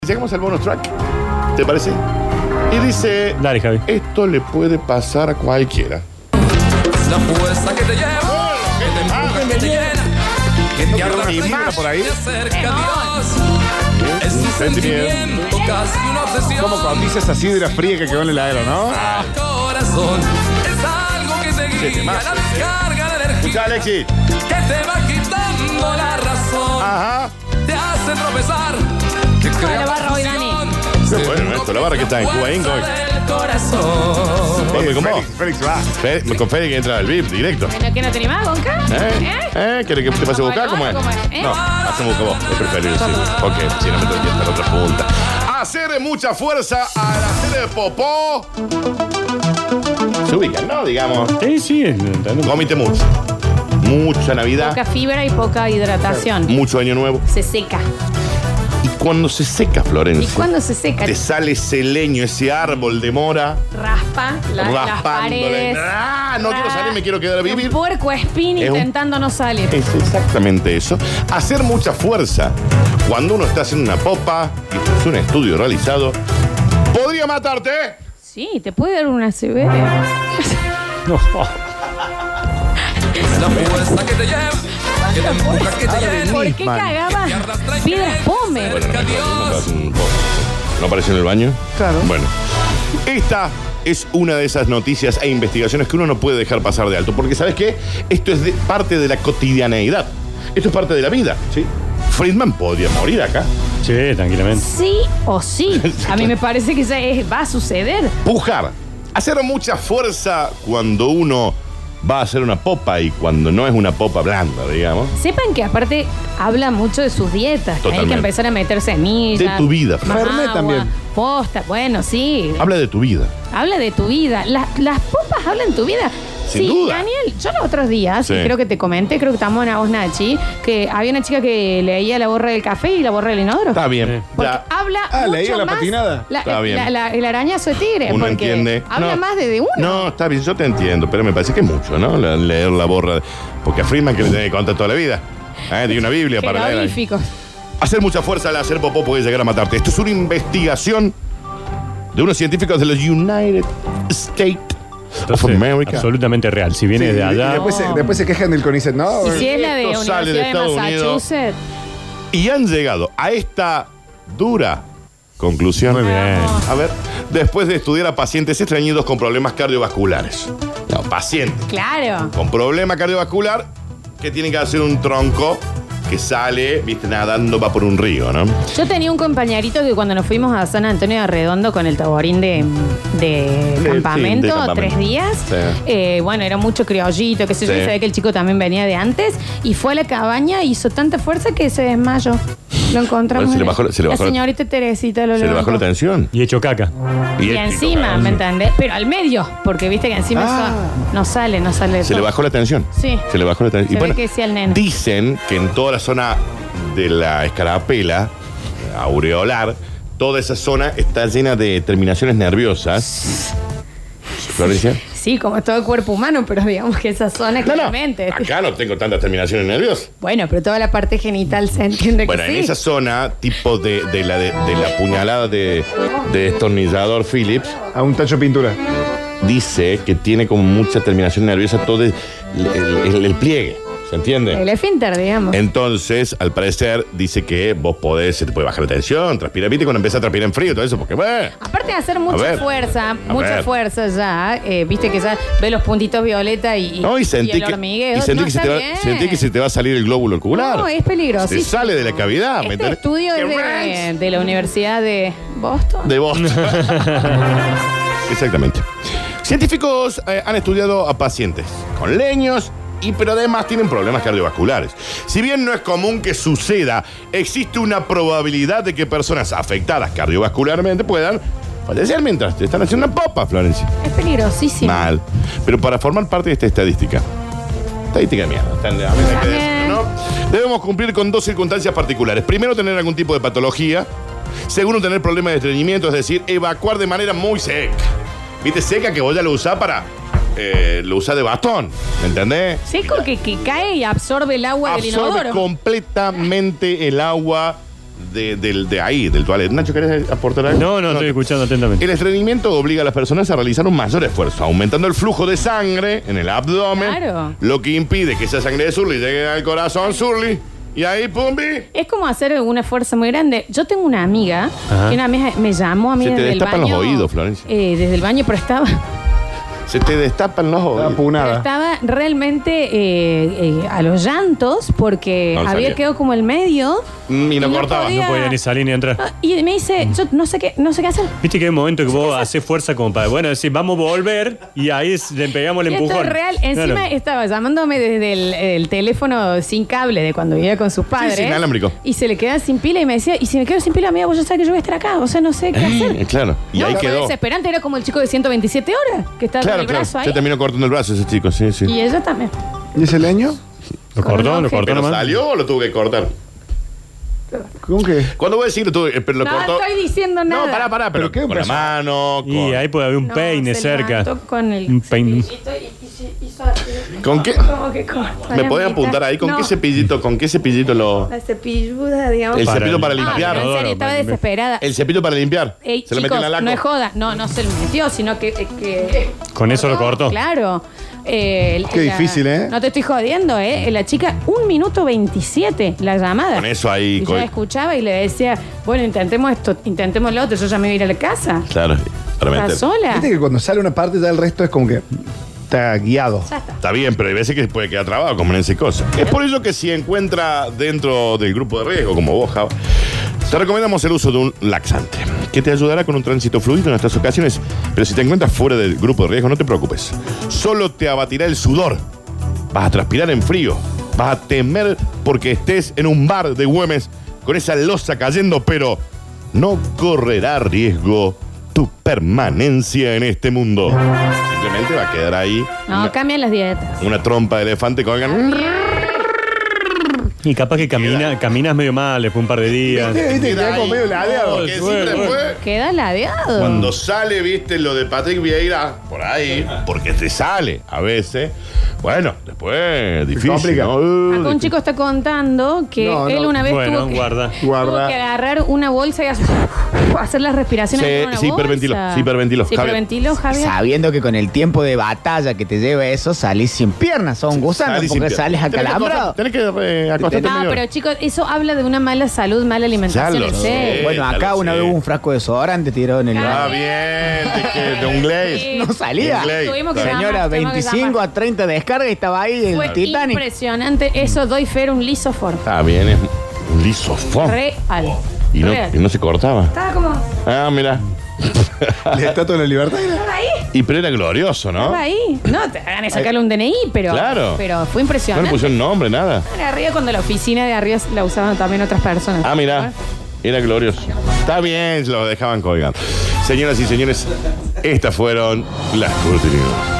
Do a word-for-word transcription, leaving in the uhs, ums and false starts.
Llegamos al bonus track, ¿te parece? Y dice, Dale, Javi. esto le puede pasar a cualquiera. La fuerza que te lleva, que te empuja, que te llena, que te arrastra por ahí. y te acerca a Dios. Es un sentimiento, casi una obsesión. Como cuando dices así de la fría que quedó en el aero, ¿no? Al corazón es algo que te guía, más, la descarga de energía, Escucha, Alexis. que te va quitando la razón, Ajá. te hace tropezar, te crea la barra hoy, Dani. Qué bueno esto, la barra que está en Cuba Inc. hoy. del corazón. Bueno, ¿cómo? Félix, Félix va. Fe- Con Fede que entra al V I P directo. Bueno, ¿qué no te animás, Gonca? ¿Eh? ¿Eh? ¿Querés que te pase a buscar? ¿Cómo es? ¿Cómo es? ¿Eh? No, hace busca vos. Es preferible, sí. Ok, si no me tengo que estar a otra punta. Hacer mucha fuerza al hacer el popó. Se ubican, ¿no? Digamos. Sí, sí. entiendo. Comite mucho. Mucha Navidad. Poca fibra y poca hidratación. Mucho Año Nuevo. Se seca. Y cuando se seca, ¿Y Florencia, cuándo se seca? te sale ese leño, ese árbol de mora, Raspa la- las raspándole. paredes. Ah, no quiero salir, me quiero quedar a vivir. Un puerco espín Es un- intentando no salir. Es exactamente eso. Hacer mucha fuerza cuando uno está haciendo una popa, y esto es un estudio realizado, podría matarte. Sí, te puede dar una C B. No. La fuerza que te lleva, que te empuja, que te llena, ¿Por qué man. cagabas que arrastra y piedras te pome? acerca a Dios. ¿No apareció en el baño? Claro. Bueno, esta es una de esas noticias e investigaciones que uno no puede dejar pasar de alto, porque ¿sabes qué? Esto es de- parte de la cotidianeidad. Esto es parte de la vida, ¿sí? Friedman podría morir acá. Sí, tranquilamente. Sí o sí. A mí me parece que ya es- va a suceder. Pujar. Hacer mucha fuerza cuando uno va a hacer una popa y cuando no es una popa blanda, digamos. Sepan que aparte habla mucho de sus dietas. Que hay Totalmente. que empezar a meter semillas. De tu vida, más Fernet agua, también. Posta, bueno, sí. Habla de tu vida. Habla de tu vida. Las, las popas hablan de tu vida. Sin sí, duda. Daniel, yo los otros días, Sí. y creo que te comenté, creo que estamos en la voz Nachi, que había una chica que leía la borra del café y la borra del inodoro. Está bien. Sí. Porque Ya. habla Ah, mucho leía la más patinada. la- Está bien. la- la- el arañazo de tigre. Uno porque entiende. habla No. más de, de uno. No, está bien, yo te entiendo, pero me parece que es mucho, ¿no? La- leer la borra. de- Porque a Friedman que le tiene que contar toda la vida. ¿Eh? Tiene una Biblia para leer. ahí. Jeroglíficos. Hacer mucha fuerza al hacer popó puede llegar a matarte. Esto es una investigación de unos científicos de los United States of Entonces, America. absolutamente real. Si viene Sí, de y allá. después, se, después se quejan del CONICET, ¿no? Y si es la de Esto sale de Universidad de, Estados Unidos. Massachusetts. Y han llegado a esta dura conclusión. Muy bien. A ver, después de estudiar a pacientes estreñidos con problemas cardiovasculares. No, pacientes Claro. con problema cardiovascular que tienen que hacer un tronco que sale, viste, nadando, va por un río, ¿no? Yo tenía un compañerito que cuando nos fuimos a San Antonio de Redondo con el taborín de, de Sí, campamento, de campamento. tres días, Sí. eh, bueno, era mucho criollito, qué sé yo, Sí. y se ve que el chico también venía de antes, y fue a la cabaña, hizo tanta fuerza que se desmayó. Lo encontramos. Bueno, se le en- bajó- se le bajó la la- señorita Teresita lo Se le bajó levantó. la tensión. Y hecho caca. Y encima, ¿me entendés? Pero al medio, porque viste que encima Ah. eso no sale, no sale. Se le todo. bajó la tensión. Sí. Se le bajó la tensión. Se ve que decía el nene. Dicen que en toda la zona de la escarapela aureolar, toda esa zona está llena de terminaciones nerviosas. Florencia. Sí, como es todo el cuerpo humano, pero digamos que esa zona No, no. claramente. Acá no tengo tantas terminaciones nerviosas. Bueno, pero toda la parte genital se entiende Bueno, que en sí. esa zona, tipo de, de la, de, de la puñalada de, de destornillador Phillips, A un tacho de pintura. dice que tiene como mucha terminación nerviosa todo el, el- el- el pliegue. ¿Se entiende? El esfínter, digamos. Entonces, al parecer, dice que vos podés, se te puede bajar la tensión, transpirar, viste, cuando empieza a transpirar en frío, todo eso, porque, bueno. Aparte de hacer A mucha ver. fuerza, A mucha ver. fuerza ya, eh, viste que ya ve los puntitos violeta y, No, y sentí el que, hormigueo. y sentí No, que se está te va, bien. sentí que se te va a salir el glóbulo ocular. No, es peligroso. Se sale de la cavidad, ¿me Este entendés? estudio es de, de la Universidad de Boston. De Boston. Exactamente. Científicos eh, han estudiado a pacientes con leños y pero además tienen problemas cardiovasculares. Si bien no es común que suceda, existe una probabilidad de que personas afectadas cardiovascularmente puedan fallecer mientras te están haciendo una popa, Florencia. Es peligrosísimo. Mal. Pero para formar parte de esta estadística, estadística de mierda, están- a mí hay que decirlo, ¿no? Debemos cumplir con dos circunstancias particulares. Primero, tener algún tipo de patología. Segundo, tener problemas de estreñimiento, es decir, evacuar de manera muy seca. ¿Viste? Seca que vos ya lo usás para... Eh, lo usás de bastón, ¿me entendés? Seco que, que cae y absorbe el agua del Absorbe inodoro. completamente el agua de, del- de ahí, del toilet. Nacho, ¿querés aportar algo? No, no, estoy escuchando atentamente. El estreñimiento obliga a las personas a realizar un mayor esfuerzo, aumentando el flujo de sangre en el abdomen, Claro. lo que impide que esa sangre de Surly llegue al corazón, Surly, y ahí, pumbi. Es como hacer una fuerza muy grande. Yo tengo una amiga Ajá. que una vez me llamó a mí Se te desde el destapan baño. los oídos, Florencia. Eh, desde el baño, pero estaba, Se te destapan los Estaba oídos. apunada. estaba realmente eh, eh, a los llantos porque No había salía. quedado como el medio. Mm, y no cortaba. podía- No podía ni salir ni entrar. Ah, Y me dice, yo no sé qué, no sé qué hacer. Viste que hay un momento que vos haces fuerza como para, bueno, decir, vamos a volver y ahí es- le pegamos el Y esto empujón. es real. Encima Claro. estaba llamándome desde el, el teléfono sin cable de cuando vivía con sus padres. sí, inalámbrico. Y se le quedaba sin pila y me decía, y si me quedo sin pila, amiga, vos ya sabés que yo voy a estar acá. O sea, no sé qué hacer. Eh, claro. Y No, ahí fue quedó. desesperante, era como el chico de ciento veintisiete horas que estaba Claro, con el claro. brazo ahí. Se terminó cortando el brazo ese chico, sí, sí. Y ella también. ¿Y ese leño? Lo Con cortó, un lo objeto. cortó ¿Pero nomás. salió o lo tuvo que cortar? ¿Cómo que? Cuando voy a decir, lo tuve, eh, pero lo No cortó. estoy diciendo nada. No, pará, pará, pero, ¿Pero qué con la pasó? mano, con... Y ahí puede haber un No, peine se cerca. levantó Con el Un peine. cepillito y- y se hizo así. ¿Con qué? Como que corta ¿Me la podés mitad. apuntar ahí? ¿Con No, qué cepillito, con qué cepillito lo... La cepilluda, digamos. El Para cepillo para el- Ah, limpiar. pero en serio, Inodoro, estaba para limpiar. desesperada. El cepillo para limpiar. Ey, Se lo metió en la chicos, laco. no es joda. No, no se lo metió, sino que... eh, que Con eso lo cortó. Claro. Eh, Qué difícil, ¿eh? No te estoy jodiendo, ¿eh? La chica, un minuto veintisiete la llamada. Con eso ahí... Y yo co- la escuchaba y le decía, bueno, intentemos esto, intentemos lo otro, yo ya me voy a ir a la casa. Claro, para ¿Estás meter. sola? Viste que cuando sale una parte ya el resto es como que está guiado. Ya está. Está bien, pero hay veces que puede quedar trabado, como en ese cosa. Es por ello que si encuentra dentro del grupo de riesgo, como vos, Java, te recomendamos el uso de un laxante, que te ayudará con un tránsito fluido en estas ocasiones. Pero si te encuentras fuera del grupo de riesgo, no te preocupes. Solo te abatirá el sudor. Vas a transpirar en frío. Vas a temer porque estés en un bar de Güemes con esa losa cayendo, pero no correrá riesgo tu permanencia en este mundo. Simplemente va a quedar ahí No, una, cambian las dietas. una trompa de elefante con... Y capaz que camina, caminas medio mal después un par de días. Viste, viste, queda como medio ladeado. Porque Bueno, siempre bueno. fue... Queda ladeado. Cuando sale, viste, lo de Patrick Vieira, por ahí, porque te sale a veces. Bueno, después, difícil, complica. ¿no? Uh, Acá un difícil. chico está contando que No, él no. una vez Bueno, tuvo, que, guarda. Guarda. tuvo que agarrar una bolsa y hacer, hacer las respiraciones Se- con una se hiperventiló, bolsa. se hiperventiló, Se Javier. hiperventiló, Javier. Sabiendo que con el tiempo de batalla que te lleva eso, salís sin piernas, son gusanos, Salís sin porque pierna. sales Tenés que acalambrado. acostar- Tenés que eh, acostarte No, medio- pero chicos, eso habla de una mala salud, mala alimentación. Ya lo en sé. serio. Bueno, ya acá lo una sé. vez hubo un frasco de desodorante tirado en el Ah, baño. bien, de, que- de un glaze. Sí. No salía. Inglés. Tuvimos que Señora, llamar, Señora, tuvimos que veinticinco llamar. a treinta descarga y estaba ahí el Fue Titanic. impresionante. Eso doy fe, era un lisofor. Está bien, es un lisofón. Real. Y no, Real. y no se cortaba. Estaba como. Ah, mira. La estatua de la libertad. Estaba ahí. Y pero era glorioso, ¿no? Estaba ahí. No, te hagan sacarle un D N I, pero. Claro. Pero fue No le impresionante. pusieron nombre, nada. Era arriba cuando la oficina de arriba la usaban también otras personas. Ah, mira. Era glorioso. Está bien, lo dejaban colgando. Señoras y señores, estas fueron las cortinas.